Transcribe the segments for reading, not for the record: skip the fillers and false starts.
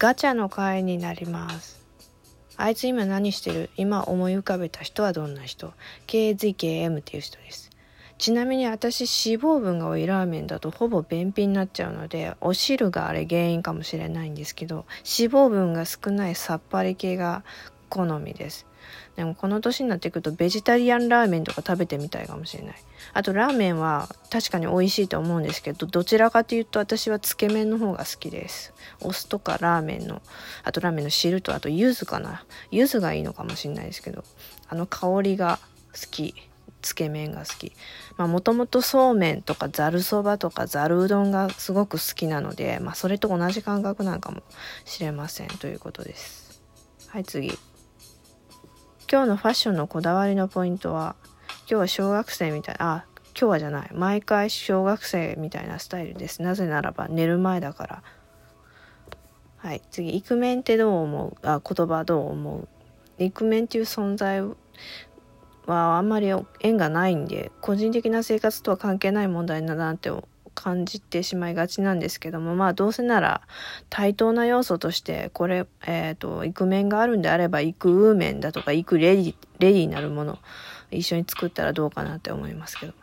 ガチャの回になります。あいつ今何してる？今思い浮かべた人はどんな人？ KZKM っていう人です。ちなみに私脂肪分が多いラーメンだとほぼ便秘になっちゃうので、お汁があれ原因かもしれないんですけど、脂肪分が少ないさっぱり系が好みです。でもこの年になってくるとベジタリアンラーメンとか食べてみたいかもしれない。あとラーメンは確かに美味しいと思うんですけど、どちらかというと私はつけ麺の方が好きです。お酢とかラーメンの、あとラーメンの汁と、あと柚子かな。柚子がいいのかもしれないですけど、香りが好き。つけ麺が好き。もともとそうめんとかざるそばとかざるうどんがすごく好きなので、それと同じ感覚なんかもしれませんということです。はい、次。今日のファッションのこだわりのポイントは、今日は小学生みたいな、今日はじゃない、毎回小学生みたいなスタイルです。なぜならば寝る前だから。はい、次。イクメンってどう思う？言葉どう思う？イクメンっていう存在はあんまり縁がないんで、個人的な生活とは関係ない問題だなって感じてしまいがちなんですけども、どうせなら対等な要素としてこれ、イクメンがあるんであればイクウーメンだとかイクレディになるもの一緒に作ったらどうかなって思いますけど。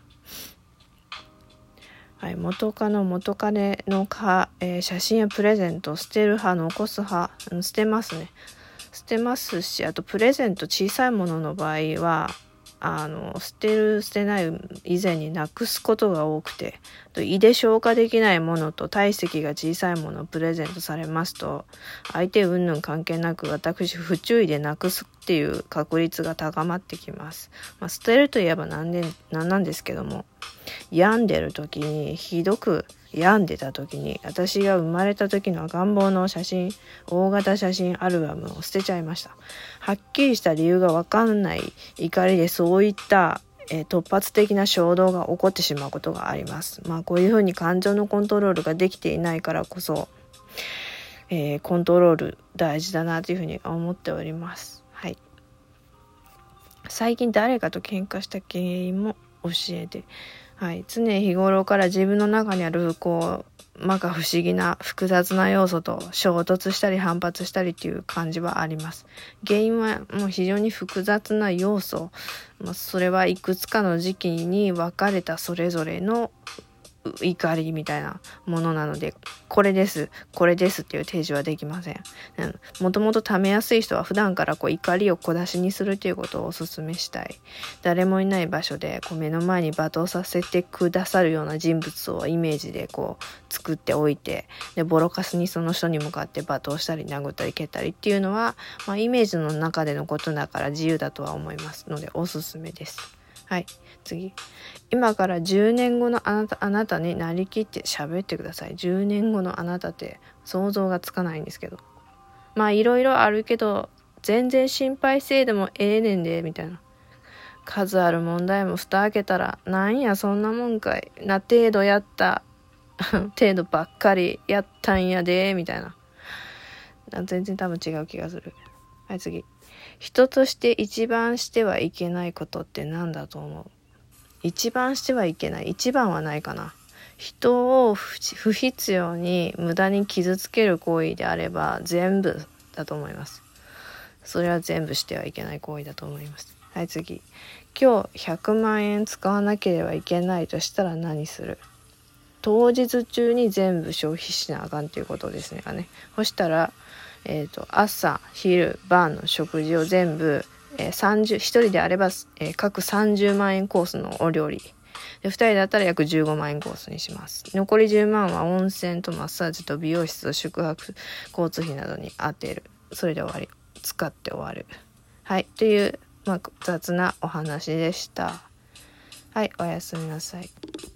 はい、元カノ元カレの写真やプレゼント捨てる派残す派、捨てますね。捨てますし、あとプレゼント小さいものの場合は捨てる捨てない以前になくすことが多くて、胃で消化できないものと体積が小さいものをプレゼントされますと、相手云々関係なく私不注意でなくすっていう確率が高まってきます。捨てるといえばなんなんですけども、病んでる時にひどく病んでた時に、私が生まれた時の赤ん坊の写真、大型写真アルバムを捨てちゃいました。はっきりした理由がわかんない怒りでそういった、突発的な衝動が起こってしまうことがあります。こういうふうに感情のコントロールができていないからこそ、コントロール大事だなというふうに思っております。はい。最近誰かと喧嘩した原因も教えて。はい、常日頃から自分の中にある摩訶不思議な複雑な要素と衝突したり反発したりっていう感じはあります。原因はもう非常に複雑な要素、それはいくつかの時期に分かれたそれぞれの怒りみたいなものなので、これですっていう提示はできません。もともとためやすい人は普段から怒りを小出しにするということをお勧めしたい。誰もいない場所で目の前に罵倒させてくださるような人物をイメージで作っておいて、でボロカスにその人に向かって罵倒したり殴ったり蹴ったりっていうのは、イメージの中でのことだから自由だとは思いますのでおすすめです。はい、次。今から10年後のあなたになりきって喋ってください。10年後のあなたって想像がつかないんですけど。いろいろあるけど、全然心配せいでもええねんで、みたいな。数ある問題も蓋開けたら、なんやそんなもんかい。な程度やった。程度ばっかりやったんやで、みたいな。全然多分違う気がする。はい、次。人として一番してはいけないことって何だと思う？一番してはいけない。一番はないかな。人を不必要に無駄に傷つける行為であれば全部だと思います。それは全部してはいけない行為だと思います。はい、次。今日100万円使わなければいけないとしたら何する？当日中に全部消費しなあかんということですね。そしたら朝昼晩の食事を全部、1人であれば、各30万円コースのお料理で、2人だったら約15万円コースにします。残り10万は温泉とマッサージと美容室と宿泊交通費などに充てる。それで終わり。使って終わる。はい、という、雑なお話でした。はい、おやすみなさい。